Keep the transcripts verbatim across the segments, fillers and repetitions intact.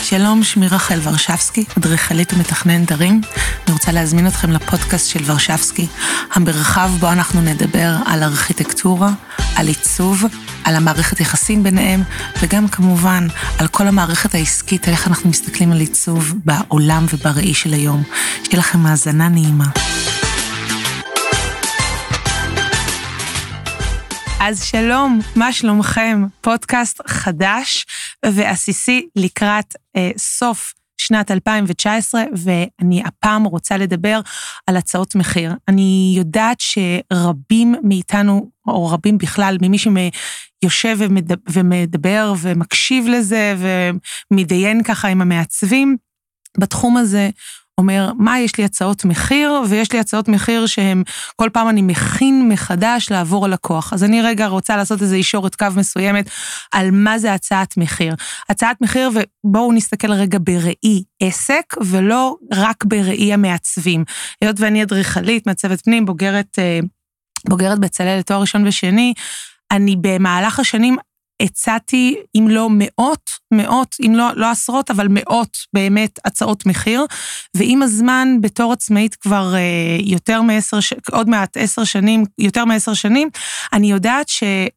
שלום, שמי רחל ורשבסקי, אדריכלית ומתכננת ערים. אני רוצה להזמין אתכם לפודקאסט של ורשבסקי, המרחב בו אנחנו נדבר על ארכיטקטורה, על עיצוב, על המערכת יחסים ביניהם, וגם כמובן על כל המערכת העסקית, איך אנחנו מסתכלים על עיצוב בעולם ובראי של היום. שיהיה לכם האזנה נעימה. אז שלום, מה שלומכם? פודקאסט חדש ועסיסי לקראת אה, סוף שנת אלפיים תשע עשרה, ואני הפעם רוצה לדבר על הצעות מחיר. אני יודעת שרבים מאיתנו, או רבים בכלל, ממי שיושב ומדבר ומקשיב לזה, ומדיין ככה עם המעצבים, בתחום הזה אומר, מה, יש לי הצעות מחיר, ויש לי הצעות מחיר שהם, כל פעם אני מכין מחדש לעבור על לקוח. אז אני רגע רוצה לעשות איזו אישורת קו מסוימת, על מה זה הצעת מחיר. הצעת מחיר, ובואו נסתכל רגע בראי עסק, ולא רק בראי המעצבים. היות ואני אדריכלית, מעצבת פנים, בוגרת, בוגרת בצלאל לתואר ראשון ושני, אני במהלך השנים, הצעתי, אם לא מאות, מאות, אם לא, לא עשרות, אבל מאות באמת הצעות מחיר, ועם הזמן בתור עצמאית כבר אה, יותר מעשר, עוד מעט עשר שנים, יותר מעשר שנים, אני יודעת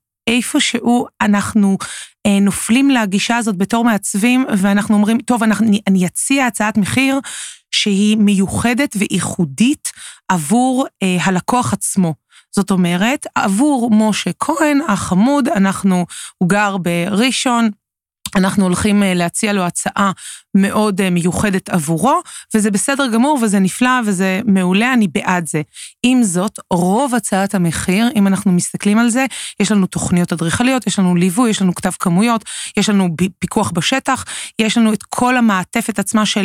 שאיפשהו אנחנו אה, נופלים להגישה הזאת בתור מעצבים, ואנחנו אומרים, טוב, אנחנו, אני, אני אציע הצעת מחיר שהיא מיוחדת וייחודית עבור אה, הלקוח עצמו. זאת אומרת, עבור משה כהן, החמוד, אנחנו, הוא גר בראשון, אנחנו הולכים להציע לו הצעה מאוד מיוחדת עבורו, וזה בסדר גמור, וזה נפלא, וזה מעולה, אני בעד זה. עם זאת, רוב הצעת המחיר, אם אנחנו מסתכלים על זה, יש לנו תוכניות אדריכליות, יש לנו ליווי, יש לנו כתב כמויות, יש לנו פיקוח בשטח, יש לנו את כל המעטפת עצמה של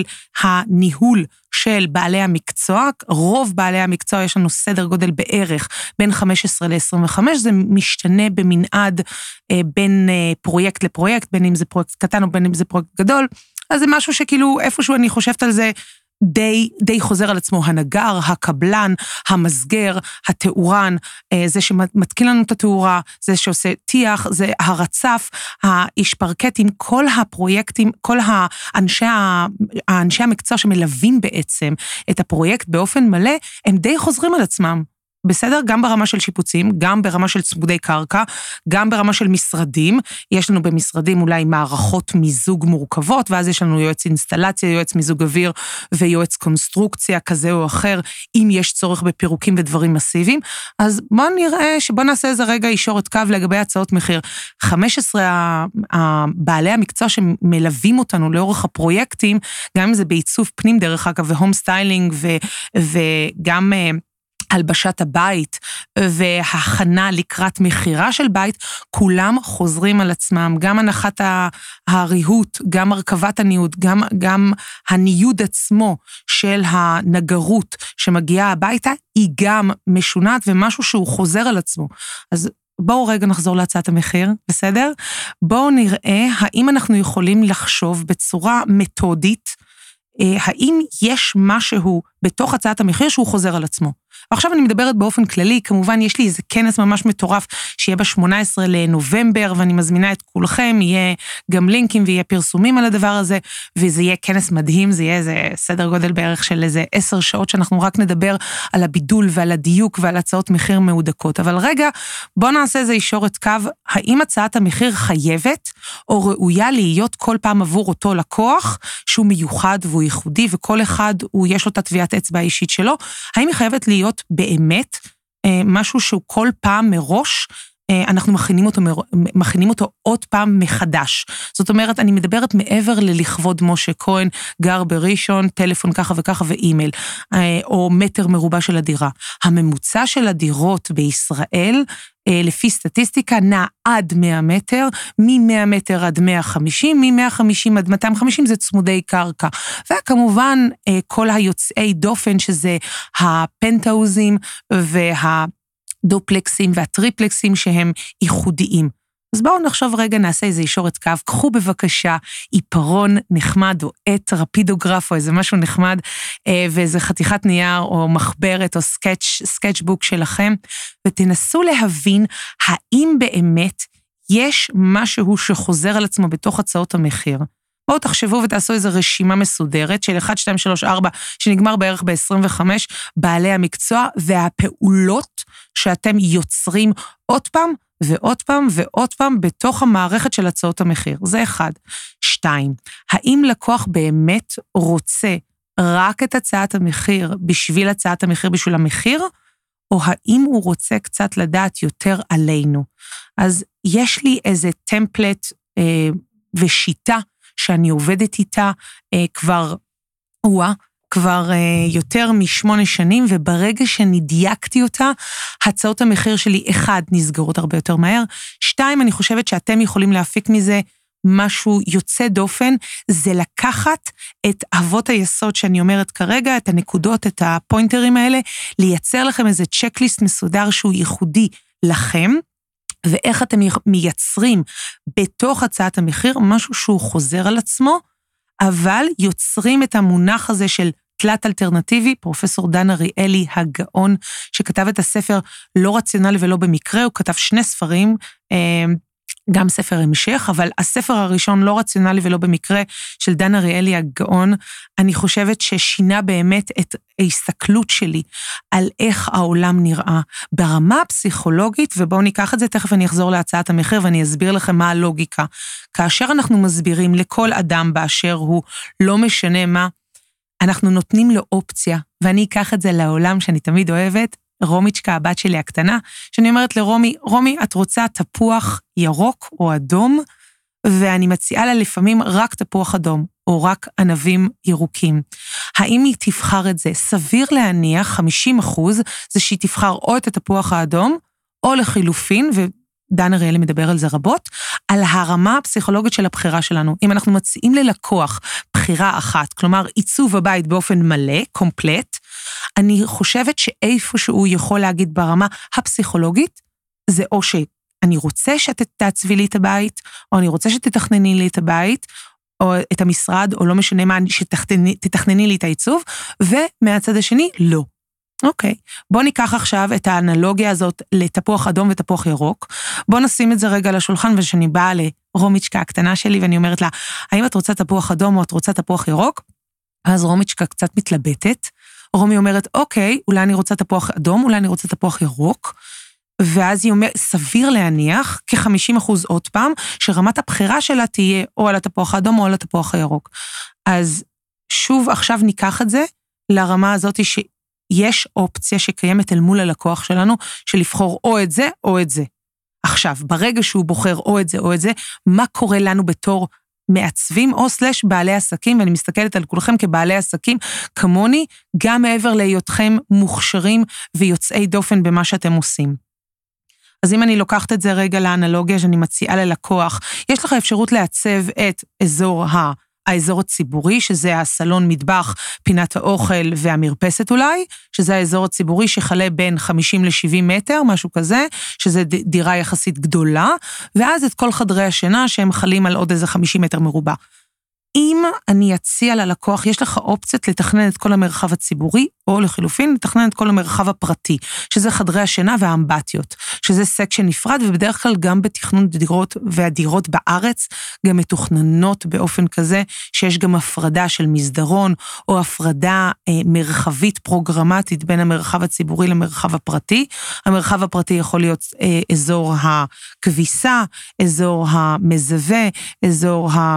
הניהול של בעלי המקצוע, רוב בעלי המקצוע יש לנו סדר גודל בערך בין חמש עשרה ל-עשרים וחמש, זה משתנה במנעד אה, בין אה, פרויקט לפרויקט, בין אם זה פרויקט קטן או בין אם זה פרויקט גדול, אז זה משהו שכאילו איפשהו אני חושבת על זה, די, די חוזר על עצמו, הנגר, הקבלן, המסגר, התאורן, זה שמתקין לנו את התאורה, זה שעושה תיח, זה הרצף, האיש פרקטים, כל הפרויקטים, כל האנשי, האנשי המקצוע שמלווים בעצם את הפרויקט באופן מלא, הם די חוזרים על עצמם. בסדר? גם ברמה של שיפוצים, גם ברמה של צמודי קרקע, גם ברמה של משרדים, יש לנו במשרדים אולי מערכות מיזוג מורכבות, ואז יש לנו יועץ אינסטלציה, יועץ מיזוג אוויר, ויועץ קונסטרוקציה כזה או אחר, אם יש צורך בפירוקים ודברים מסיביים, אז בואו נראה, שבואו נעשה איזה רגע אישורת קו לגבי הצעות מחיר. חמש עשרה בעלי המקצוע שמלווים אותנו לאורך הפרויקטים, גם אם זה בעיצוב פנים דרך אגב, והום סטיילינג, וגם הלבשת הבית וההכנה לקראת מחירה של בית, כולם חוזרים על עצמם, גם הנחת הריהוט, גם הרכבת הניוד, גם, גם הניוד עצמו של הנגרות שמגיעה הביתה, היא גם משונעת ומשהו שהוא חוזר על עצמו. אז בואו רגע נחזור להצעת המחיר, בסדר? בואו נראה האם אנחנו יכולים לחשוב בצורה מתודית, האם יש משהו בתוך הצעת המחיר שהוא חוזר על עצמו. ועכשיו אני מדברת באופן כללי, כמובן יש לי איזה כנס ממש מטורף, שיהיה ב-שמונה עשרה לנובמבר, ואני מזמינה את כולכם, יהיה גם לינקים ויהיה פרסומים על הדבר הזה, וזה יהיה כנס מדהים, זה יהיה איזה סדר גודל בערך של איזה עשר שעות, שאנחנו רק נדבר על הבידול ועל הדיוק ועל הצעות מחיר מהודקות. אבל רגע, בואו נעשה איזה אישורת קו, האם הצעת המחיר חייבת, או ראויה להיות כל פעם עבור אותו לקוח, שהוא מיוחד והוא ייחודי, וכל אחד הוא, יש לו את הטביעת אצבע האישית שלו, האם היא חייבת להיות באמת משהו שהוא כל פעם מראש, אנחנו מכינים אותו, מכינים אותו עוד פעם מחדש. זאת אומרת, אני מדברת מעבר ללכבוד משה כהן, גר בראשון, טלפון ככה וככה ואימייל, או מטר מרובע של הדירה. הממוצע של הדירות בישראל, לפי סטטיסטיקה, נע עד מאה מטר, מ-מאה מטר עד מאה וחמישים, מ-מאה וחמישים עד מאתיים וחמישים זה צמודי קרקע. וכמובן, כל היוצאי דופן, שזה הפנטהאוזים והדופלקסים והטריפלקסים שהם ייחודיים. אז בואו נחשוב רגע, נעשה איזה אישורת קו, קחו בבקשה עיפרון נחמד, או עט רפידוגרף, או איזה משהו נחמד, ואיזה חתיכת נייר, או מחברת, או סקץ', סקץ'בוק שלכם, ותנסו להבין האם באמת יש משהו שחוזר על עצמו בתוך הצעות המחיר. בואו תחשבו ותעשו איזו רשימה מסודרת של אחת, שתיים, שלוש, ארבע, שנגמר בערך ב-עשרים וחמש, בעלי המקצוע והפעולות שאתם יוצרים עוד פעם ועוד פעם ועוד פעם בתוך המערכת של הצעות המחיר. זה אחד. שתיים, האם לקוח באמת רוצה רק את הצעת המחיר בשביל הצעת המחיר בשביל המחיר, או האם הוא רוצה קצת לדעת יותר עלינו? אז יש לי איזה טמפלט אה, ושיטה שאני עובדת איתה אה, כבר, וואה, כבר אה, יותר משמונה שנים, וברגע שאני דייקתי אותה, הצעות המחיר שלי, אחד, נסגרות הרבה יותר מהר, שתיים, אני חושבת שאתם יכולים להפיק מזה משהו יוצא דופן, זה לקחת את אבות היסוד שאני אומרת כרגע, את הנקודות, את הפוינטרים האלה, לייצר לכם איזה צ'קליסט מסודר שהוא ייחודי לכם, ואיך אתם מייצרים בתוך הצעת המחיר משהו שהוא חוזר על עצמו, אבל יוצרים את המונח הזה של תלת אלטרנטיבי, פרופסור דן אריאלי הגאון, שכתב את הספר לא רציונלי ולא במקרה, הוא כתב שני ספרים, גם ספר המשך, אבל הספר הראשון לא רציונלי ולא במקרה, של דן אריאלי הגאון, אני חושבת ששינה באמת את ההסתכלות שלי, על איך העולם נראה, ברמה הפסיכולוגית, ובואו ניקח את זה, תכף אני אחזור להצעת המחיר, ואני אסביר לכם מה הלוגיקה. כאשר אנחנו מסבירים לכל אדם באשר הוא, לא משנה מה, אנחנו נותנים לו אופציה, ואני אקח את זה לעולם שאני תמיד אוהבת, רומיצ'קה, הבת שלי הקטנה, שאני אומרת לרומי, רומי, את רוצה תפוח ירוק או אדום, ואני מציעה לה לפעמים רק תפוח אדום, או רק ענבים ירוקים. האם היא תבחר את זה? סביר להניח, חמישים אחוז, זה שהיא תבחר או את התפוח האדום, או לחילופין, ודן אריאלי מדבר על זה רבות, על הרמה הפסיכולוגית של הבחירה שלנו. אם אנחנו מציעים ללקוח בחירה אחת, כלומר עיצוב הבית באופן מלא, קומפלט, אני חושבת שאיפה שהוא יכול להגיד ברמה הפסיכולוגית, זה או שאני רוצה שתעצבי לי את הבית, או אני רוצה שתתכנני לי את הבית, או את המשרד, או לא משנה מה, שתתכנני לי את העיצוב, ומהצד השני, לא. אוקיי, בוא ניקח עכשיו את האנלוגיה הזאת לתפוח אדום ותפוח ירוק, בוא נשים את זה רגע לשולחן, ושאני באה לרומיצ'קה הקטנה שלי, ואני אומרת לה, האם את רוצה תפוח אדום או את רוצה תפוח ירוק? אז רומיצ'קה קצת מתלבטת, רומי אומרת, אוקיי, אולי אני רוצה תפוח אדום, אולי אני רוצה תפוח ירוק, ואז היא אומרת, סביר להניח, כ-חמישים אחוז עוד פעם, שרמת הבחירה שלה תהיה או על התפוח האדום או על התפוח הירוק. אז שוב, עכשיו ניקח את זה לרמה הזאת שיש אופציה שקיימת אל מול הלקוח שלנו, של לבחור או את זה או את זה. עכשיו, ברגע שהוא בוחר או את זה או את זה, מה קורה לנו בתור מעצבים או סלש בעלי עסקים, ואני מסתכלת על כולכם כבעלי עסקים, כמוני, גם מעבר להיותכם מוכשרים ויוצאי דופן במה שאתם עושים. אז אם אני לוקחת את זה רגע לאנלוגיה שאני מציעה ללקוח, יש לך אפשרות לעצב את אזור ה... האזור הציבורי, שזה הסלון מטבח, פינת האוכל והמרפסת אולי, שזה האזור הציבורי שחלה בין חמישים ל-שבעים מטר, משהו כזה, שזה דירה יחסית גדולה, ואז את כל חדרי השינה שהם חלים על עוד איזה חמישים מטר מרובע. אם אני אציע ללקוח, יש לך אופציות לתכנן את כל המרחב הציבורי, או לחילופין, לתכנן את כל המרחב הפרטי, שזה חדרי השינה והאמבטיות, שזה סקשן נפרד, ובדרך כלל גם בתכנון דירות, והדירות בארץ גם מתוכננות באופן כזה, שיש גם הפרדה של מסדרון, או הפרדה אה, מרחבית פרוגרמטית, בין המרחב הציבורי למרחב הפרטי. המרחב הפרטי יכול להיות אה, אזור הכביסה, אזור המזווה, אזור ה...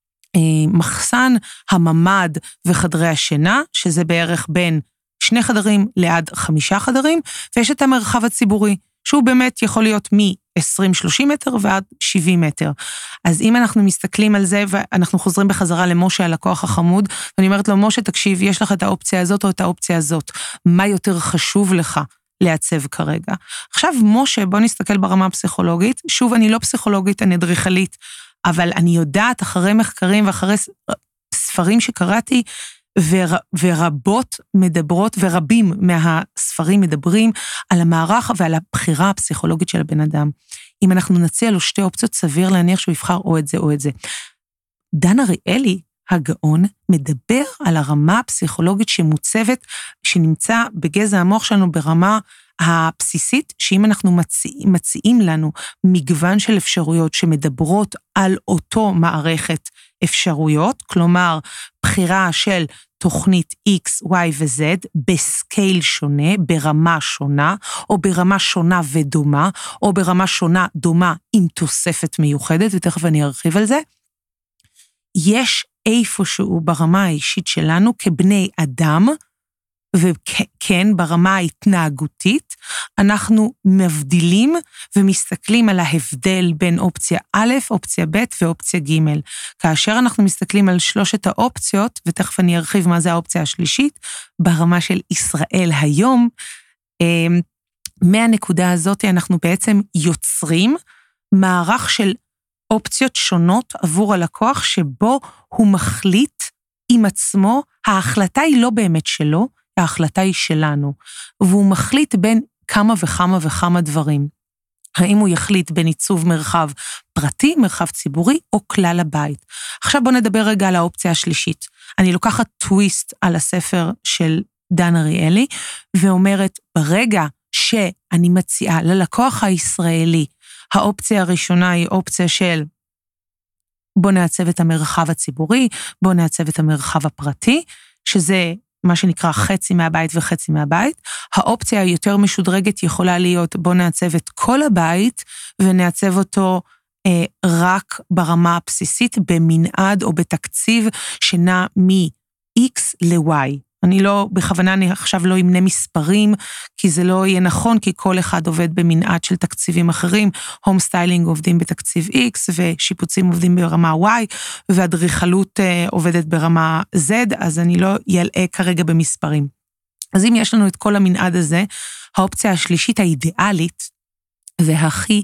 מחסן, הממד וחדרי השינה, שזה בערך בין שני חדרים לעד חמישה חדרים, ויש את המרחב הציבורי, שהוא באמת יכול להיות מ-עשרים שלושים מטר ועד שבעים מטר. אז אם אנחנו מסתכלים על זה, ואנחנו חוזרים בחזרה למשה, הלקוח החמוד, ואני אומרת לו, משה, תקשיב, יש לך את האופציה הזאת או את האופציה הזאת, מה יותר חשוב לך לעצב כרגע? עכשיו, משה, בוא נסתכל ברמה הפסיכולוגית, שוב, אני לא פסיכולוגית, אני אדריכלית, אבל אני יודעת אחרי מחקרים ואחרי ספרים שקראתי, ור, ורבות מדברות, ורבים מהספרים מדברים על המערך ועל הבחירה הפסיכולוגית של הבן אדם. אם אנחנו נציע לו שתי אופציות, סביר להניח שהוא יבחר או את זה או את זה. דן אריאלי, הגאון מדבר על הרמה הפסיכולוגית שמוצבת, שנמצא בגזע המוח שלנו ברמה הבסיסית, שאם אנחנו מציעים, מציעים לנו מגוון של אפשרויות שמדברות על אותו מערכת אפשרויות, כלומר, בחירה של תוכנית X, Y ו-Z בסקייל שונה, ברמה שונה, או ברמה שונה ודומה, או ברמה שונה דומה עם תוספת מיוחדת, ותכף אני ארחיב על זה, יש איפשהו ברמה האישית שלנו כבני אדם, וכן, ברמה ההתנהגותית, אנחנו מבדילים ומסתכלים על ההבדל בין אופציה א', אופציה ב' ואופציה ג'. כאשר אנחנו מסתכלים על שלושת האופציות, ותכף אני ארחיב מה זה האופציה השלישית, ברמה של ישראל היום, מהנקודה הזאת אנחנו בעצם יוצרים מערך של אופציות שונות עבור הלקוח, שבו הוא מחליט עם עצמו, ההחלטה היא לא באמת שלו, ההחלטה היא שלנו, והוא מחליט בין כמה וכמה וכמה דברים. האם הוא יחליט בין עיצוב מרחב פרטי, מרחב ציבורי, או כלל הבית. עכשיו בוא נדבר רגע על האופציה השלישית. אני לוקחת טוויסט על הספר של דן אריאלי, ואומרת, ברגע שאני מציעה ללקוח הישראלי, האופציה הראשונה היא אופציה של בוא נעצב את המרחב הציבורי, בוא נעצב את המרחב הפרטי, שזה מה שנקרא חצי מהבית וחצי מהבית. האופציה היותר משודרגת יכולה להיות בוא נעצב את כל הבית, ונעצב אותו אה, רק ברמה הבסיסית, במנעד או בתקציב שנע מ-X ל-Y. אני לא, בכוונה אני עכשיו לא אמנה מספרים, כי זה לא יהיה נכון, כי כל אחד עובד במנעד של תקציבים אחרים, הום סטיילינג עובדים בתקציב X, ושיפוצים עובדים ברמה Y, והדריכלות עובדת ברמה Z, אז אני לא ילאה כרגע במספרים. אז אם יש לנו את כל המנעד הזה, האופציה השלישית האידיאלית, והכי,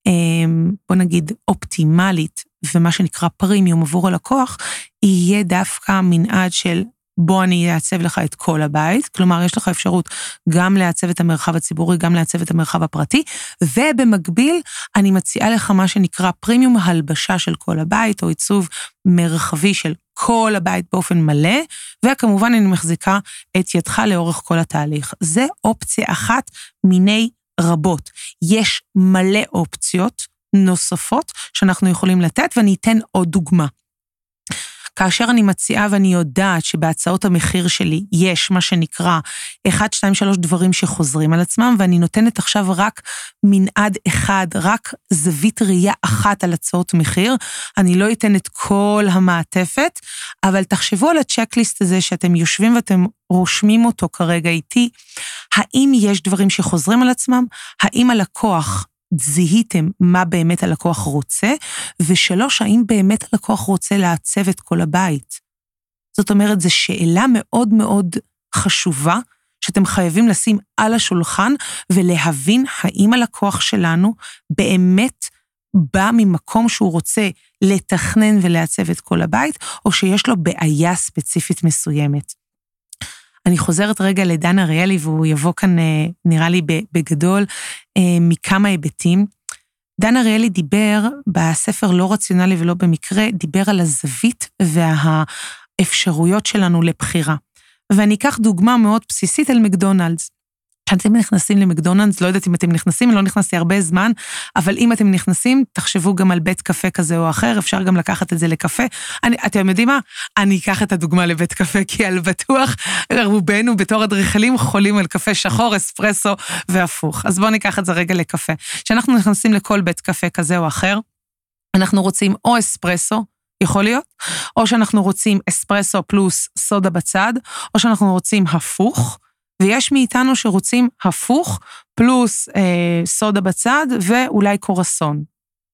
בוא נגיד, אופטימלית, ומה שנקרא פרימיום עבור הלקוח, יהיה דווקא מנעד של בוא אני אעצב לך את כל הבית, כלומר יש לך אפשרות גם לעצב את המרחב הציבורי, גם לעצב את המרחב הפרטי, ובמקביל אני מציעה לך מה שנקרא פרימיום הלבשה של כל הבית, או עיצוב מרחבי של כל הבית באופן מלא, וכמובן אני מחזיקה את ידך לאורך כל התהליך. זה אופציה אחת מיני רבות. יש מלא אופציות נוספות שאנחנו יכולים לתת, ואני אתן עוד דוגמה. כאשר אני מציעה ואני יודעת שבהצעות המחיר שלי יש מה שנקרא אחד, שתיים, שלוש דברים שחוזרים על עצמם, ואני נותנת עכשיו רק מנעד אחד, רק זווית ראייה אחת על הצעות מחיר, אני לא אתן את כל המעטפת, אבל תחשבו על הצ'קליסט הזה שאתם יושבים ואתם רושמים אותו כרגע איתי, האם יש דברים שחוזרים על עצמם, האם הלקוח זיהיתם מה באמת הלקוח רוצה, ושלוש, האם באמת הלקוח רוצה לעצב את כל הבית. זאת אומרת, זו שאלה מאוד מאוד חשובה, שאתם חייבים לשים על השולחן, ולהבין האם הלקוח שלנו באמת בא ממקום שהוא רוצה לתכנן ולעצב את כל הבית, או שיש לו בעיה ספציפית מסוימת. אני חוזרת רגע לדן אריאלי, והוא יבוא כאן, נראה לי, בגדול, מכמה היבטים. דן אריאלי דיבר בספר לא רציונלי ולא במקרה, דיבר על הזווית והאפשרויות שלנו לבחירה. ואני אקח דוגמה מאוד בסיסית על מקדונלדס. כשאתם נכנסים למקדונלדס, לא יודעת אם אתם נכנסים, לא נכנסתי הרבה זמן, אבל אם אתם נכנסים, תחשבו גם על בית קפה כזה או אחר, אפשר גם לקחת את זה לקפה. אני, אתם יודעים מה? אני אקח את הדוגמה לבית קפה, כי על בטוח, רובנו בתור אדריכלים חולים על קפה שחור, אספרסו והפוך. אז בואו ניקח את זה רגע לקפה. כשאנחנו נכנסים לכל בית קפה כזה או אחר, אנחנו רוצים או אספרסו, יכול להיות, או שאנחנו רוצים אספרסו פלוס סודה בצד, או שאנחנו רוצים הפוך, ויש מאיתנו שרוצים הפוך, פלוס אה, סודה בצד, ואולי קורסון.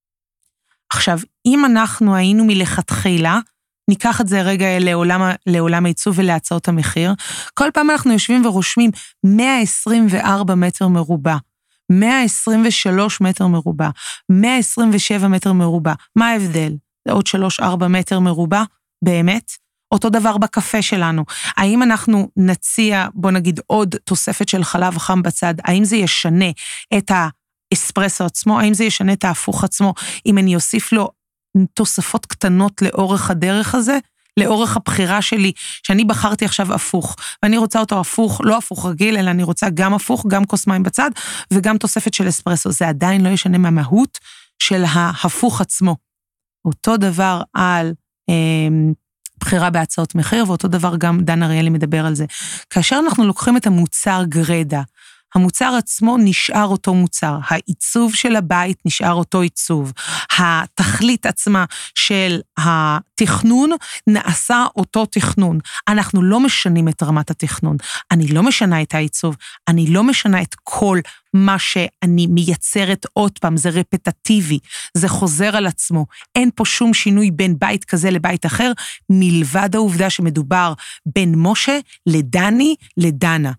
עכשיו, אם אנחנו היינו מלכתחילה, ניקח את זה רגע לעולם, לעולם העיצוב ולהצעות המחיר, כל פעם אנחנו יושבים ורושמים מאה עשרים וארבע מטר מרובע, מאה עשרים ושלוש מטר מרובע, מאה עשרים ושבע מטר מרובע. מה ההבדל? זה עוד שלוש ארבע מטר מרובע, באמת? אותו דבר בקפה שלנו. האם אנחנו נציע, בוא נגיד, עוד תוספת של חלב חם בצד, האם זה ישנה את האספרסו עצמו, האם זה ישנה את ההפוך עצמו, אם אני אוסיף לו תוספות קטנות לאורך הדרך הזה? לאורך הבחירה שלי, שאני בחרתי עכשיו הפוך, ואני רוצה אותו הפוך, לא הפוך רגיל, אלא אני רוצה גם הפוך, גם כוס מים בצד, וגם תוספת של אספרסו. זה עדיין לא ישנה מהמהות של ההפוך עצמו. אותו דבר על אה, בחירה בהצעות מחיר, ואותו דבר גם דן אריאלי מדבר על זה. כאשר אנחנו לוקחים את המוצר גרדה, המוצר עצמו נשאר אותו מוצר, העיצוב של הבית נשאר אותו עיצוב, התכלית עצמה של התכנון נעשה אותו תכנון, אנחנו לא משנים את רמת התכנון, אני לא משנה את העיצוב, אני לא משנה את כל מה שאני מייצרת עוד פעם, זה רפטטיבי, זה חוזר על עצמו, אין פה שום שינוי בין בית כזה לבית אחר, מלבד העובדה שמדובר בין משה לדני לדנה.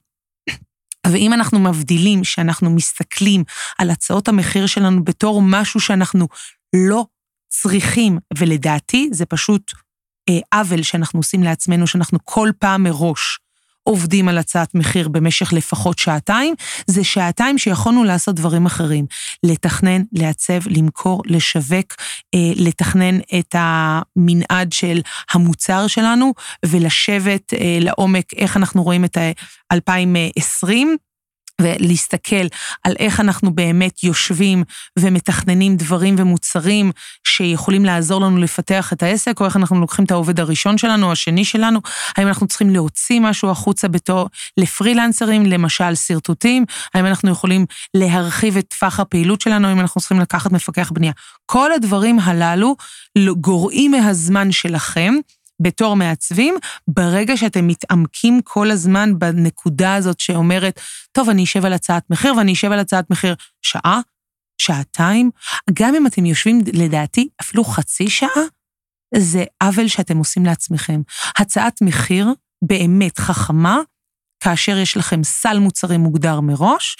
ואם אנחנו מבדילים שאנחנו מסתכלים על הצעות המחיר שלנו בתור משהו שאנחנו לא צריכים, ולדעתי זה פשוט אה, עוול שאנחנו עושים לעצמנו, שאנחנו כל פעם מראש עובדים על הצעת מחיר במשך לפחות שעתיים, זה שעתיים שיכולנו לעשות דברים אחרים, לתכנן, לעצב, למכור, לשווק, אה, לתכנן את המנעד של המוצר שלנו, ולשבת אה, לעומק איך אנחנו רואים את ה-אלפיים ועשרים, ולהסתכל על איך אנחנו באמת יושבים ומתכננים דברים ומוצרים שיכולים לעזור לנו לפתח את העסק, או איך אנחנו לוקחים את העובד הראשון שלנו, או השני שלנו, האם אנחנו צריכים להוציא משהו החוצה בתור לפרילנסרים, למשל סרטוטים, האם אנחנו יכולים להרחיב את טווח הפעילות שלנו, האם אנחנו צריכים לקחת מפקח בנייה. כל הדברים הללו גורעים מהזמן שלכם, בתור מעצבים, ברגע שאתם מתעמקים כל הזמן בנקודה הזאת שאומרת, טוב, אני אשב על הצעת מחיר, ואני אשב על הצעת מחיר שעה, שעתיים, גם אם אתם יושבים לדעתי אפילו חצי שעה, זה עוול שאתם עושים לעצמכם. הצעת מחיר באמת חכמה, כאשר יש לכם סל מוצרים מוגדר מראש,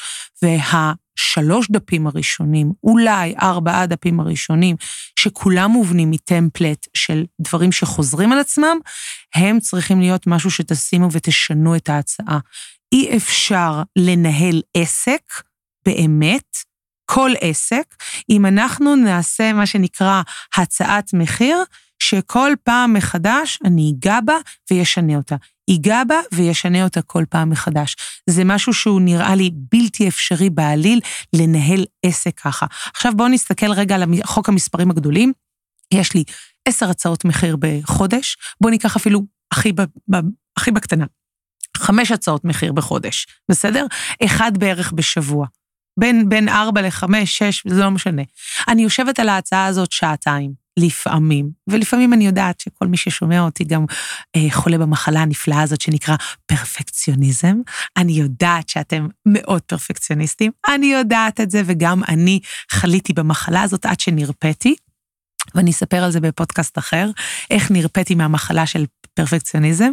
והשלוש דפים הראשונים, אולי ארבעה דפים הראשונים, שכולם מובנים מטמפלט של דברים שחוזרים על עצמם, הם צריכים להיות משהו שתשימו ותשנו את ההצעה. אי אפשר לנהל עסק, באמת, כל עסק, אם אנחנו נעשה מה שנקרא הצעת מחיר, שכל פעם מחדש אני אגע בה וישנה אותה. ייגע בה וישנה אותה כל פעם מחדש. זה משהו שהוא נראה לי בלתי אפשרי בעליל לנהל עסק ככה. עכשיו בואו נסתכל רגע על חוק המספרים הגדולים. יש לי עשר הצעות מחיר בחודש, בואו ניקח אפילו הכי, ב, ב, הכי בקטנה. חמש הצעות מחיר בחודש, בסדר? אחד בערך בשבוע. בין, בין ארבע לחמש, שש, זה לא משנה. אני יושבת על ההצעה הזאת שעתיים. לפעמים, ולפעמים אני יודעת שכל מי ששומע אותי גם אה, חולה במחלה הנפלאה הזאת שנקרא פרפקציוניזם, אני יודעת שאתם מאוד פרפקציוניסטים, אני יודעת את זה וגם אני חליתי במחלה הזאת עד שנרפאתי, ואני אספר על זה בפודקאסט אחר, איך נרפאתי מהמחלה של פרפקציוניזם,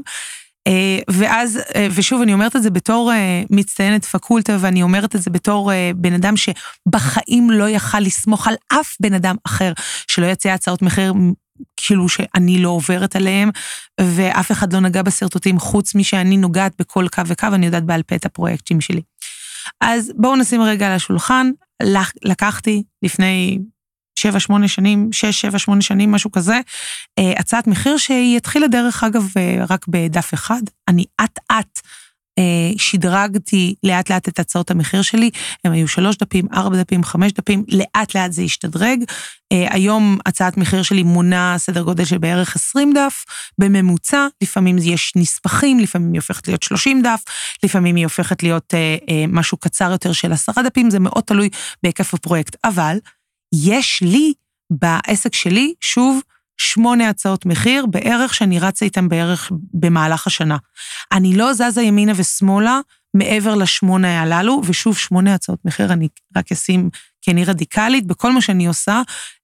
ואז, ושוב, אני אומרת את זה בתור מצטיינת פקולטה, ואני אומרת את זה בתור בן אדם שבחיים לא יכל לסמוך על אף בן אדם אחר, שלא יציע הצעות מחיר, כאילו שאני לא עוברת עליהם, ואף אחד לא נגע בסרטוטים, חוץ משאני נוגעת בכל קו וקו, אני יודעת בעל פה את הפרויקטים שלי. אז בואו נשים רגע על השולחן, לקחתי לפני שבע, שמונה שנים, שש, שבע, שמונה שנים, משהו כזה, הצעת מחיר שהיא התחילה דרך אגב רק בדף אחד, אני עט עט שדרגתי לאט לאט את הצעות המחיר שלי, הם היו שלוש דפים, ארבע דפים, חמש דפים, לאט לאט זה השתדרג, היום הצעת מחיר שלי מונה סדר גודל של בערך עשרים דף, בממוצע, לפעמים יש נספחים, לפעמים היא הופכת להיות שלושים דף, לפעמים היא הופכת להיות משהו קצר יותר של עשרה דפים, זה מאוד תלוי בהיקף הפרויקט, אבל יש לי בעסק שלי, שוב, שמונה הצעות מחיר, בערך שאני רצה איתם בערך במהלך השנה. אני לא זזה ימינה ושמאלה, מעבר לשמונה הללו, ושוב שמונה הצעות מחיר, אני רק אשים כי אני רדיקלית, בכל מה שאני עושה,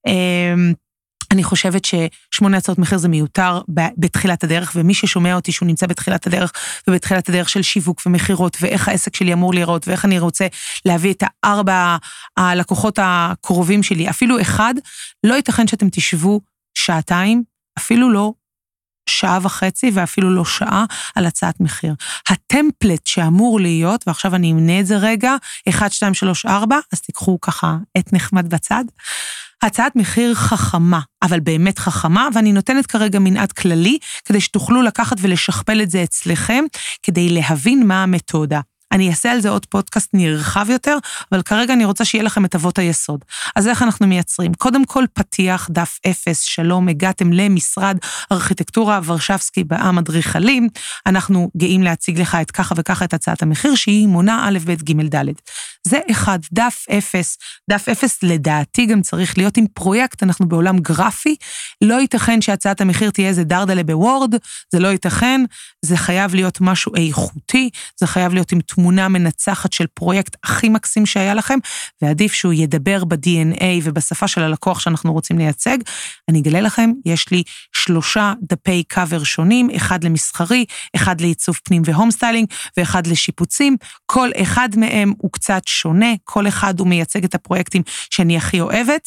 אני חושבת ששמונה הצעות מחיר זה מיותר בתחילת הדרך, ומי ששומע אותי שהוא נמצא בתחילת הדרך, ובתחילת הדרך של שיווק ומחירות, ואיך העסק שלי אמור לראות, ואיך אני רוצה להביא את הארבע הלקוחות הקרובים שלי, אפילו אחד, לא ייתכן שאתם תשבו שעתיים, אפילו לא שעה וחצי ואפילו לא שעה על הצעת מחיר. הטמפלט שאמור להיות, ועכשיו אני אמנה את זה רגע, אחת, שתיים, שלוש, ארבע, אז תיקחו ככה את נחמד בצד. הצעת מחיר חכמה, אבל באמת חכמה, ואני נותנת כרגע מנעד כללי, כדי שתוכלו לקחת ולשכפל את זה אצלכם, כדי להבין מה המתודה. אני אעשה על זה עוד פודקאסט נרחב יותר, אבל כרגע אני רוצה שיהיה לכם את אבות היסוד. אז איך אנחנו מייצרים? קודם כל פתיח, דף אפס, שלום, הגעתם למשרד ארכיטקטורה ורשבסקי בעם אדריכלים, אנחנו גאים להציג לך את ככה וככה את הצעת המחיר, שהיא מונה א' ב' ג' ד'. זה אחד, דף אפס. דף אפס לדעתי גם צריך להיות עם פרויקט, אנחנו בעולם גרפי, לא ייתכן שהצעת המחיר תהיה איזה דרדלה בוורד, זה לא ייתכן, זה חייב להיות משהו איכותי, זה חייב להיות עם תמונה מנצחת של פרויקט הכי מקסים שהיה לכם, ועדיף שהוא ידבר ב-די אן איי ובשפה של הלקוח שאנחנו רוצים לייצג. אני אגלה לכם, יש לי שלושה דפי קאבר שונים, אחד למסחרי, אחד לעיצוב פנים והום סטיילינג, ואחד לשיפוצים, כל אחד מהם הוא קצת שונה, כל אחד הוא מייצג את הפרויקטים שאני הכי אוהבת,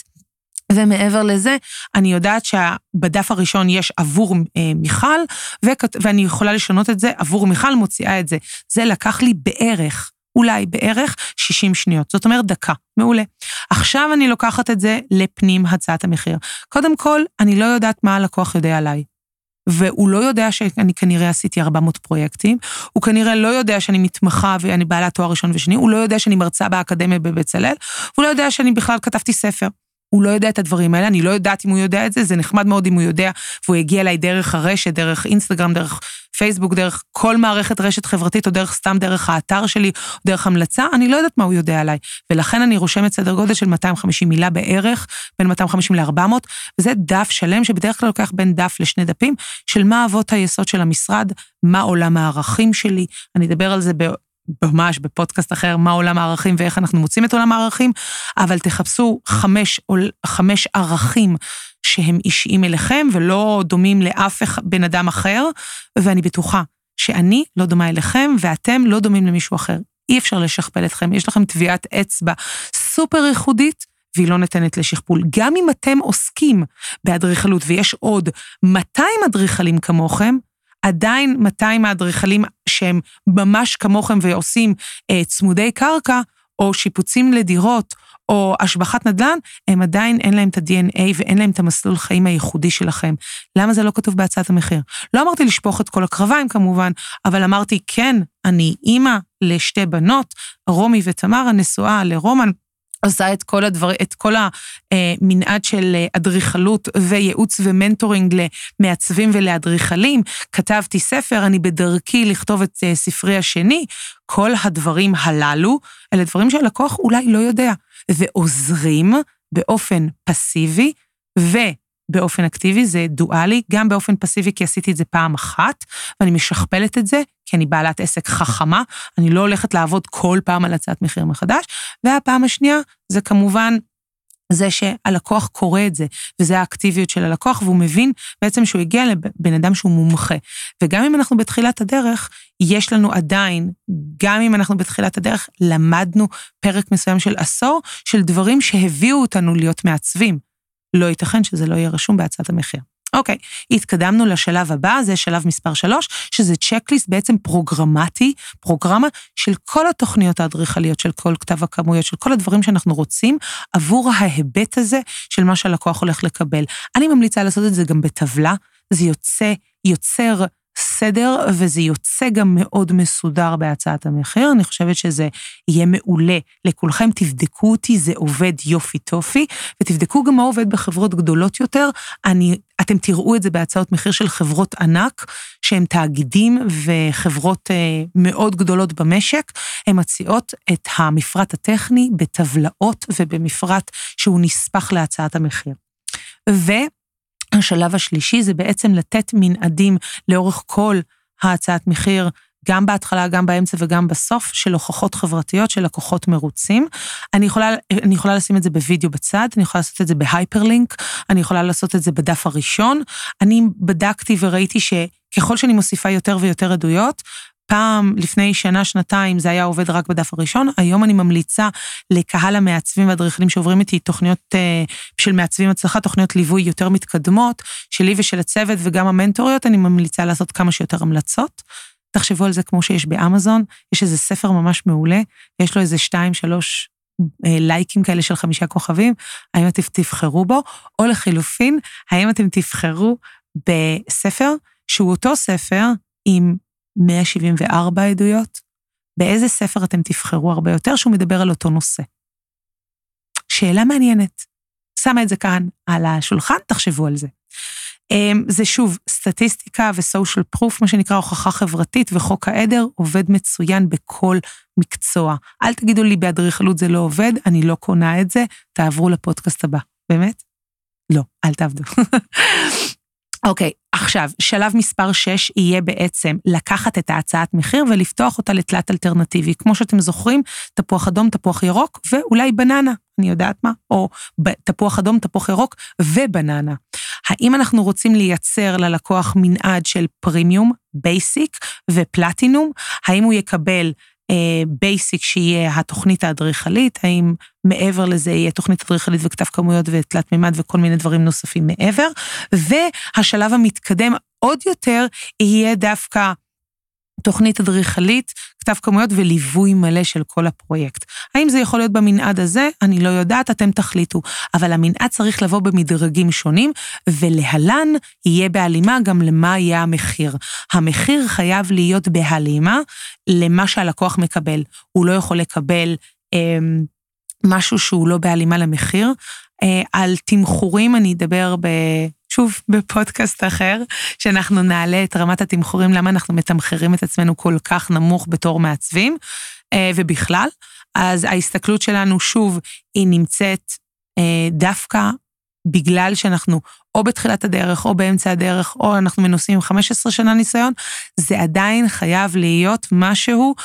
ומעבר לזה, אני יודעת שבדף הראשון יש עבור אה, מיכל, ואני יכולה לשנות את זה, עבור מיכל מוציאה את זה. זה לקח לי בערך, אולי בערך שישים שניות, זאת אומרת דקה, מעולה. עכשיו אני לוקחת את זה לפנים הצעת המחיר. קודם כל, אני לא יודעת מה הלקוח יודע עליי. והוא לא יודע שאני כנראה עשיתי ארבע מאות פרויקטים, הוא כנראה לא יודע שאני מתמחה ואני בעלת תואר ראשון ושני, הוא לא יודע שאני מרצה באקדמיה בבצלאל, הוא לא יודע שאני בכלל כתבתי ספר. הוא לא יודע את הדברים האלה, אני לא יודעת אם הוא יודע את זה, זה נחמד מאוד אם הוא יודע, והוא הגיע אליי דרך הרשת, דרך אינסטגרם, דרך פייסבוק, דרך כל מערכת רשת חברתית, או דרך סתם דרך האתר שלי, או דרך המלצה, אני לא יודעת מה הוא יודע עליי, ולכן אני רושמת סדר גודל של מאתיים וחמישים מילה בערך, בין מאתיים וחמישים ל-ארבע מאות, וזה דף שלם, שבדרך כלל לוקח בין דף לשני דפים, של מה אבות היסוד של המשרד, מה עולם הערכים שלי, אני אדבר על זה ב... ממש בפודקאסט אחר, מה עולם הערכים ואיך אנחנו מוצאים את עולם הערכים, אבל תחפשו חמש, חמש ערכים שהם אישיים אליכם, ולא דומים לאף בן אדם אחר, ואני בטוחה שאני לא דומה אליכם, ואתם לא דומים למישהו אחר. אי אפשר לשכפל אתכם, יש לכם טביעת אצבע סופר ייחודית, והיא לא נתנת לשכפול. גם אם אתם עוסקים באדריכלות, ויש עוד מאתיים אדריכלים כמוכם, עדיין מאתיים האדריכלים שהם ממש כמוכם ועושים אה, צמודי קרקע, או שיפוצים לדירות, או השבחת נדל"ן, הם עדיין אין להם את ה-די אן איי ואין להם את המסלול חיים הייחודי שלכם. למה זה לא כתוב בהצעת המחיר? לא אמרתי לשפוך את כל הקרביים כמובן, אבל אמרתי כן, אני אימא לשתי בנות, רומי ותמר, הנשואה לרומן, עושה את כל הדבר, את כל המנעד של אדריכלות וייעוץ ומנטורינג למעצבים ולאדריכלים, כתבתי ספר, אני בדרכי לכתוב את ספרי השני, כל הדברים הללו, אלה דברים שהלקוח אולי לא יודע, ועוזרים באופן פסיבי ובאופן אקטיבי, זה דואלי, גם באופן פסיבי כי עשיתי את זה פעם אחת, ואני משכפלת את זה, כי אני בעלת עסק חכמה, אני לא הולכת לעבוד כל פעם על הצעת מחיר מחדש, והפעם השנייה זה כמובן זה שהלקוח קורא את זה, וזה האקטיביות של הלקוח, והוא מבין בעצם שהוא הגיע לבן אדם שהוא מומחה. וגם אם אנחנו בתחילת הדרך, יש לנו עדיין, גם אם אנחנו בתחילת הדרך, למדנו פרק מסוים של עשור, של דברים שהביאו אותנו להיות מעצבים. לא ייתכן שזה לא יהיה רשום בהצעת המחיר. אוקיי, התקדמנו לשלב הבא, זה שלב מספר שלוש, שזה צ'קליסט בעצם פרוגרמטי, פרוגרמה של כל התוכניות האדריכליות, של כל כתב הכמויות, של כל הדברים שאנחנו רוצים, עבור ההיבט הזה של מה שהלקוח הולך לקבל. אני ממליצה לעשות את זה גם בטבלה, זה יוצא, יוצר סדר, וזה יוצא גם מאוד מסודר בהצעת המחיר, אני חושבת שזה יהיה מעולה לכולכם, תבדקו אותי, זה עובד יופי טופי, ותבדקו גם מה עובד בחברות גדולות יותר, אני, אתם תראו את זה בהצעות מחיר של חברות ענק, שהן תאגידים וחברות אה, מאוד גדולות במשק, הן מציעות את המפרט הטכני בטבלאות ובמפרט שהוא נספח להצעת המחיר. ו... השלב השלישי זה בעצם לתת מנעדים לאורך כל ההצעת מחיר, גם בהתחלה, גם באמצע וגם בסוף, של הוכחות חברתיות, של לקוחות מרוצים. אני יכולה, אני יכולה לשים את זה בווידאו בצד, אני יכולה לעשות את זה בהייפרלינק, אני יכולה לעשות את זה בדף הראשון. אני בדקתי וראיתי שככל שאני מוסיפה יותר ויותר עדויות, פעם, לפני שנה, שנתיים, זה היה עובד רק בדף הראשון, היום אני ממליצה לקהל המעצבים והאדריכלים שעוברים איתי תוכניות אה, של מעצבים הצלחה, תוכניות ליווי יותר מתקדמות, שלי ושל הצוות וגם המנטוריות, אני ממליצה לעשות כמה שיותר המלצות. תחשבו על זה כמו שיש באמזון, יש איזה ספר ממש מעולה, יש לו איזה שתיים, שלוש אה, לייקים כאלה של חמישה כוכבים, האם אתם תבחרו בו, או לחילופין, האם אתם תבחרו בספר, שהוא אותו ספר עם מאה שבעים וארבע עדויות, באיזה ספר אתם תבחרו הרבה יותר, שהוא מדבר על אותו נושא. שאלה מעניינת. שמה את זה כאן על השולחן, תחשבו על זה. זה שוב, סטטיסטיקה וסושיאל פרוף, מה שנקרא הוכחה חברתית, וחוק העדר עובד מצוין בכל מקצוע. אל תגידו לי באדריכלות זה לא עובד, אני לא קונה את זה, תעברו לפודקאסט הבא. באמת? לא, אל תעבדו. אוקיי, עכשיו, שלב מספר שש יהיה בעצם לקחת את ההצעת מחיר ולפתוח אותה לתלת אלטרנטיבי. כמו שאתם זוכרים, תפוח אדום, תפוח ירוק ואולי בננה, אני יודעת מה, או תפוח אדום, תפוח ירוק ובננה. האם אנחנו רוצים לייצר ללקוח מנעד של פרימיום, בייסיק ופלטינום? האם הוא יקבל בייסיק שיהיה התוכנית האדריכלית, האם מעבר לזה יהיה תוכנית אדריכלית וכתב כמויות ותלת מימד וכל מיני דברים נוספים מעבר, והשלב המתקדם עוד יותר יהיה דווקא תוכנית אדריכלית, כתב כמויות וליווי מלא של כל הפרויקט. האם זה יכול להיות במנעד הזה? אני לא יודעת, אתם תחליטו, אבל המנעד צריך לבוא במדרגים שונים, ולהלן יהיה בהלימה גם למה יהיה המחיר. המחיר חייב להיות בהלימה למה שהלקוח מקבל. הוא לא יכול לקבל אה, משהו שהוא לא בהלימה למחיר. אה, על תמחורים אני אדבר ב... שוב, בפודקאסט אחר, שאנחנו נעלה את רמת התמחורים, למה אנחנו מתמחרים את עצמנו כל כך נמוך בתור מעצבים, ובכלל, אז ההסתכלות שלנו שוב, היא נמצאת דווקא בגלל שאנחנו או בתחילת הדרך, או באמצע הדרך, או אנחנו מנוסים חמש עשרה שנה ניסיון, זה עדיין חייב להיות משהו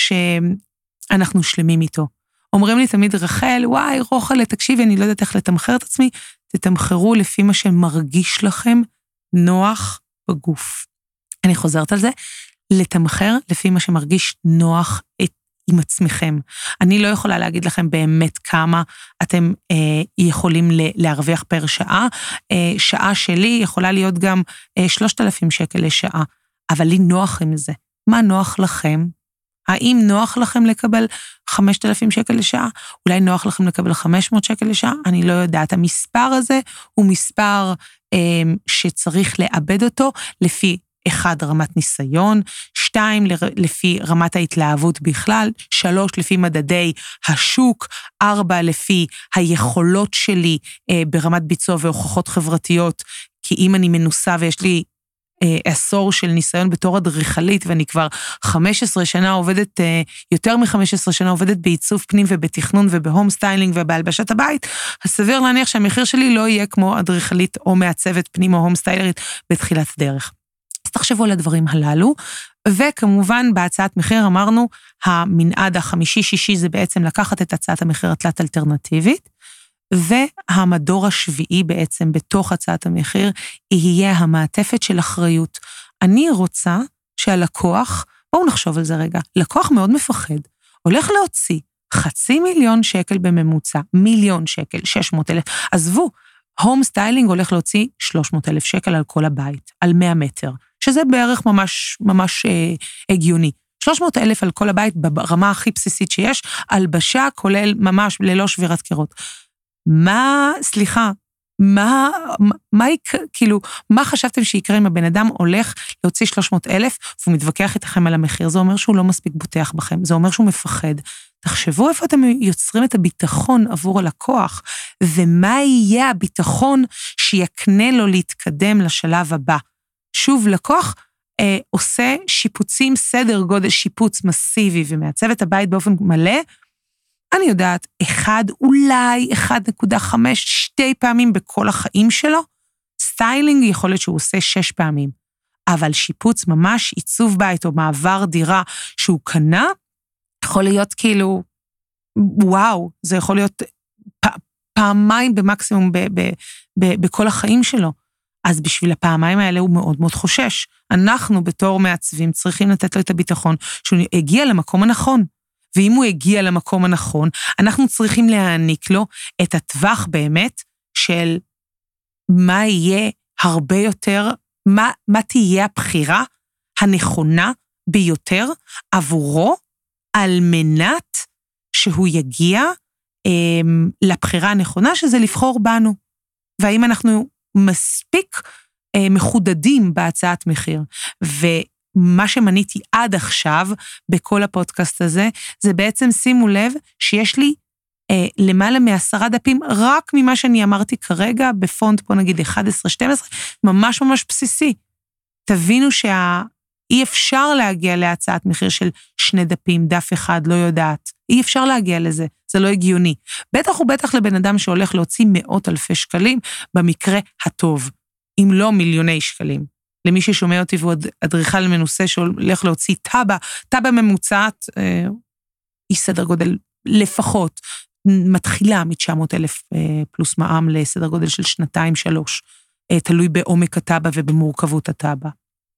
שאנחנו שלמים איתו. אומרים לי תמיד רחל, וואי, רוחלה, תקשיבי, אני לא יודעת איך לתמחר את עצמי, תתמחרו לפי מה שמרגיש לכם נוח בגוף. אני חוזרת על זה, לתמחר לפי מה שמרגיש נוח את, עם עצמכם. אני לא יכולה להגיד לכם באמת כמה אתם אה, יכולים להרוויח פר שעה. אה, שעה שלי יכולה להיות גם אה, שלושת אלפים שקל לשעה, אבל לי נוח עם זה. מה נוח לכם? האם נוח לכם לקבל חמשת אלפים שקל לשעה? אולי נוח לכם לקבל חמש מאות שקל לשעה? אני לא יודעת. המספר הזה הוא מספר אה, שצריך לאבד אותו לפי אחד, רמת ניסיון, שתיים, לפי רמת ההתלהבות בכלל, שלוש, לפי מדדי השוק, ארבע, לפי היכולות שלי אה, ברמת ביצוע והוכחות חברתיות, כי אם אני מנוסה ויש לי עשור של ניסיון בתור אדריכלית, ואני כבר חמש עשרה שנה עובדת, יותר מ-חמש עשרה שנה עובדת בעיצוב פנים ובתכנון ובהום סטיילינג ובהלבשת הבית, אז סביר להניח שהמחיר שלי לא יהיה כמו אדריכלית או מעצבת פנים או הום סטיילרית בתחילת דרך. אז תחשבו על הדברים הללו, וכמובן בהצעת מחיר אמרנו, המנעד החמישי-שישי זה בעצם לקחת את הצעת המחיר התלת אלטרנטיבית, והמדור השביעי בעצם בתוך הצעת המחיר, יהיה המעטפת של אחריות. אני רוצה שהלקוח, בואו נחשוב על זה רגע, לקוח מאוד מפחד, הולך להוציא חצי מיליון שקל בממוצע, מיליון שקל, שש מאות אלף, עזבו, הום סטיילינג הולך להוציא שלוש מאות אלף שקל על כל הבית, על מאה מטר, שזה בערך ממש, ממש אה, הגיוני. שלוש מאות אלף על כל הבית ברמה הכי בסיסית שיש, הלבשה כולל ממש ללא שבירת קירות. מה, סליחה, מה, מה, כאילו, מה חשבתם שיקרה אם הבן אדם הולך להוציא שלוש מאות אלף, והוא מתווכח איתכם על המחיר? זה אומר שהוא לא מספיק בוטח בכם, זה אומר שהוא מפחד. תחשבו איפה אתם יוצרים את הביטחון עבור הלקוח, ומה יהיה הביטחון שיקנה לו להתקדם לשלב הבא. שוב, לקוח אה, עושה שיפוצים, סדר גודל שיפוץ מסיבי, ומעצב את הבית באופן מלא, אני יודעת, אחד, אולי אחד נקודה חמש, שתי פעמים בכל החיים שלו, סטיילינג יכול להיות שהוא עושה שש פעמים, אבל שיפוץ ממש, עיצוב בית או מעבר דירה שהוא קנה, יכול להיות כאילו, וואו, זה יכול להיות פ, פעמיים במקסימום ב, ב, ב, בכל החיים שלו. אז בשביל הפעמיים האלה הוא מאוד מאוד חושש. אנחנו בתור מעצבים צריכים לתת לו את הביטחון שהוא הגיע למקום הנכון. ואם הוא הגיע למקום הנכון, אנחנו צריכים להעניק לו את הטווח באמת של מה יהיה הרבה יותר, מה, מה תהיה הבחירה הנכונה ביותר עבורו, על מנת שהוא יגיע אה, לבחירה הנכונה, שזה לבחור בנו. והאם אנחנו מספיק אה, מחודדים בהצעת מחיר. ומה שמניתי עד עכשיו, בכל הפודקאסט הזה, זה בעצם שימו לב שיש לי אה, למעלה מעשרה דפים, רק ממה שאני אמרתי כרגע, בפונט פה נגיד אחת עשרה שתים עשרה, ממש ממש בסיסי. תבינו שאי אפשר להגיע להצעת מחיר של שני דפים, דף אחד, לא יודעת. אי אפשר להגיע לזה, זה לא הגיוני. בטח ובטח לבן אדם שהולך להוציא מאות אלפי שקלים, במקרה הטוב, אם לא מיליוני שקלים. למי ששומע אותי והוא אדריכל מנוסה שהולך להוציא טאבה, טאבה ממוצעת, אה, היא סדר גודל לפחות, מתחילה מ-תשע מאות אלף אה, פלוס מע"מ לסדר גודל של שנתיים, שלוש, אה, תלוי בעומק הטאבה ובמורכבות הטאבה.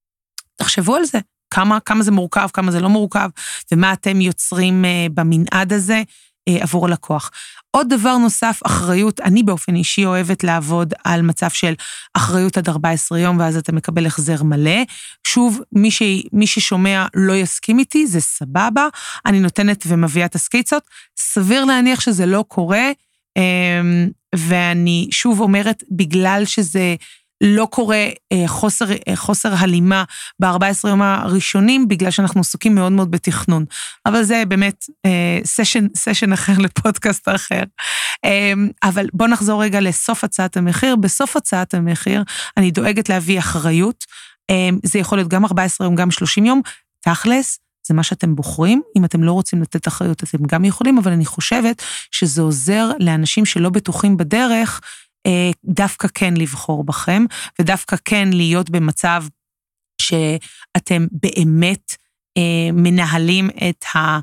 תחשבו על זה, כמה, כמה זה מורכב, כמה זה לא מורכב, ומה אתם יוצרים אה, במנעד הזה אה, עבור הלקוח. עוד דבר נוסף, אחריות, אני באופן אישי אוהבת לעבוד על מצב של אחריות עד ארבעה עשר יום, ואז אתה מקבל החזר מלא. שוב, מי, ש, מי ששומע לא יסכים איתי, זה סבבה, אני נותנת ומביאה את הסקיצות, סביר להניח שזה לא קורה, אה, ואני שוב אומרת, בגלל שזה לא קורה חוסר, חוסר הלימה ב-ארבעה עשר יום הראשונים, בגלל שאנחנו עסוקים מאוד מאוד בתכנון. אבל זה באמת סשן, סשן אחר לפודקאסט אחר. אבל בוא נחזור רגע לסוף הצעת המחיר. בסוף הצעת המחיר אני דואגת להביא אחריות. זה יכול להיות גם ארבעה עשר יום, גם שלושים יום. תכלס, זה מה שאתם בוחרים. אם אתם לא רוצים לתת אחריות, אתם גם יכולים, אבל אני חושבת שזה עוזר לאנשים שלא בטוחים בדרך, דווקא כן לבחור בכם, ודווקא כן להיות במצב שאתם באמת מנהלים את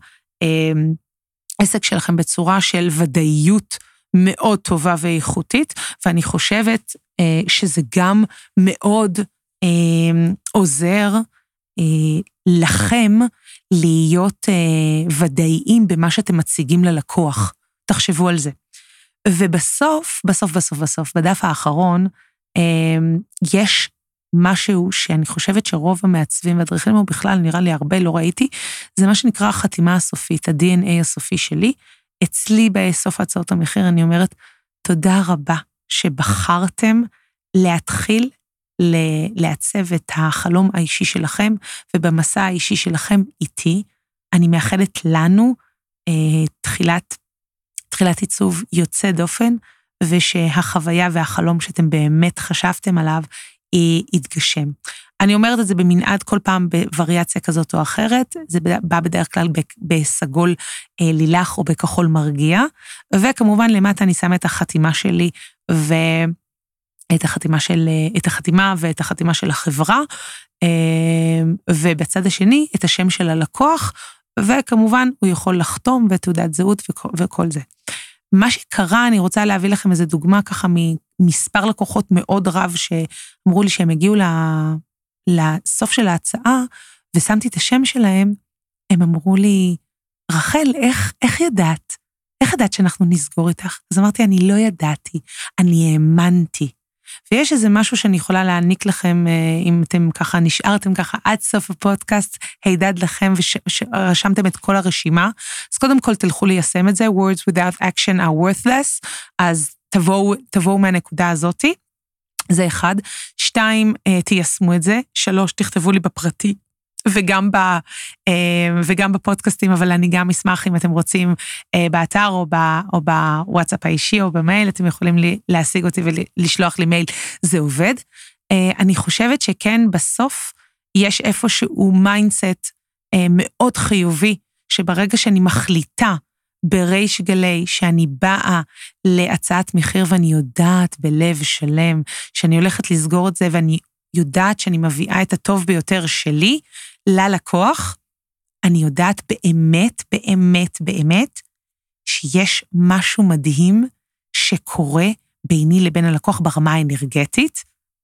העסק שלכם בצורה של ודאיות מאוד טובה ואיכותית, ואני חושבת שזה גם מאוד עוזר לכם להיות ודאיים במה שאתם מציגים ללקוח. תחשבו על זה. ובסוף, בסוף, בסוף, בסוף, בדף האחרון, יש משהו שאני חושבת שרוב המעצבים והדריכלים, או בכלל נראה לי הרבה, לא ראיתי, זה מה שנקרא החתימה הסופית, ה-די אן איי הסופי שלי. אצלי בסוף הצעות המחיר אני אומרת, תודה רבה שבחרתם להתחיל לעצב את החלום האישי שלכם, ובמסע האישי שלכם איתי, אני מאחלת לנו תחילת תחילת עיצוב יוצא דופן, ושהחוויה והחלום שאתם באמת חשבתם עליו, היא יתגשם. אני אומרת את זה במנעד כל פעם בווריאציה כזאת או אחרת, זה בא בדרך כלל בסגול לילך או בכחול מרגיע, וכמובן למטה אני שמה את החתימה שלי, ואת החתימה של, את החתימה ואת החתימה של החברה, ובצד השני את השם של הלקוח, וכמובן הוא יכול לחתום ותעודת זהות וכל זה. מה שקרה, אני רוצה להביא לכם איזו דוגמה ככה ממספר לקוחות מאוד רב שאמרו לי שהם הגיעו לסוף של ההצעה, ושמתי את השם שלהם, הם אמרו לי, רחל, איך, איך ידעת? איך ידעת שאנחנו נסגור איתך? אז אמרתי, אני לא ידעתי, אני האמנתי. ויש איזה משהו שאני יכולה להעניק לכם, אם אתם ככה נשארתם ככה עד סוף הפודקאסט, הידד לכם ורשמתם את כל הרשימה, אז קודם כל תלכו ליישם את זה, words without action are worthless, אז תבואו, תבואו מהנקודה הזאת, זה אחד, שתיים, תיישמו את זה, שלוש, תכתבו לי בפרטי, וגם, ב, וגם בפודקאסטים, אבל אני גם אשמח אם אתם רוצים באתר או, ב, או בוואטסאפ האישי או במייל, אתם יכולים להשיג אותי ולשלוח לי מייל, זה עובד. אני חושבת שכן בסוף יש איפשהו מיינדסט מאוד חיובי, שברגע שאני מחליטה בריש גלי, שאני באה להצעת מחיר ואני יודעת בלב שלם, שאני הולכת לסגור את זה ואני יודעת שאני מביאה את הטוב ביותר שלי ללקוח, אני יודעת באמת, באמת, באמת, שיש משהו מדהים שקורה ביני לבין הלקוח ברמה האנרגטית,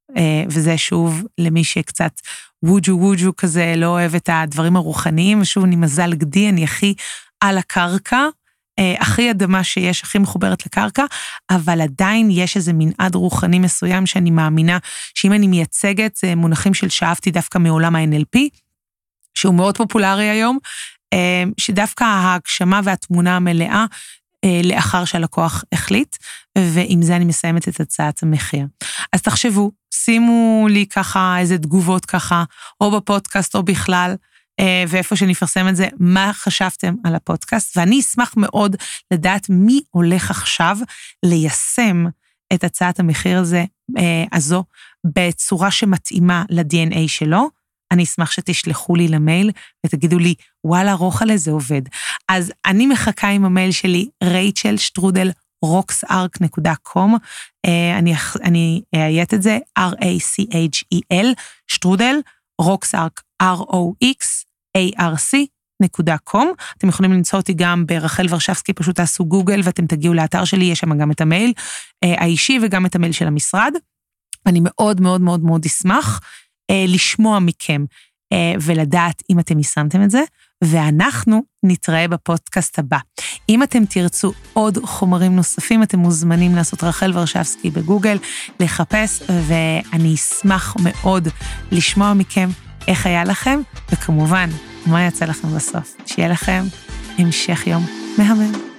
וזה שוב למי שקצת ווג'ו ווג'ו כזה, לא אוהב את הדברים הרוחניים, ושוב אני מזל גדי, אני הכי על הקרקע, הכי אדמה שיש, הכי מחוברת לקרקע, אבל עדיין יש איזה מנעד רוחני מסוים שאני מאמינה, שאם אני מייצגת, זה מונחים של שאהבתי דווקא מעולם ה-אן אל פי, שהוא מאוד פופולרי היום, שדווקא ההגשמה והתמונה המלאה, לאחר שהלקוח החליט, ועם זה אני מסיימת את הצעת המחיר. אז תחשבו, שימו לי ככה איזה תגובות ככה, או בפודקאסט או בכלל, ואיפה שנפרסם את זה, מה חשבתם על הפודקאסט, ואני אשמח מאוד לדעת מי הולך עכשיו ליישם את הצעת המחיר הזה, הזו, בצורה שמתאימה ל-די אן איי שלו. אני אשמח שתשלחו לי למייל ותגידו לי, וואלה, רוחלה זה עובד. אז אני מחכה עם המייל שלי, רייצ'ל שטרודל רוקסארק נקודה קום, אני, אני אייט את זה, אר איי סי אייץ' אי אל, שטרודל, רוקסארק, אר או אקס איי אר סי נקודה קום. אתם יכולים למצוא אותי גם ברחל ורשבסקי, פשוט תעשו גוגל ואתם תגיעו לאתר שלי, יש שם גם את המייל האישי וגם את המייל של המשרד. אני מאוד מאוד מאוד מאוד אשמח לשמוע מכם ולדעת אם אתם יישמתם את זה, ואנחנו נתראה בפודקאסט הבא. אם אתם תרצו עוד חומרים נוספים, אתם מוזמנים לעשות רחל ורשבסקי בגוגל, לחפש, ואני אשמח מאוד לשמוע מכם איך היה לכם, וכמובן, מה יצא לכם בסוף. שיהיה לכם המשך יום מהמם.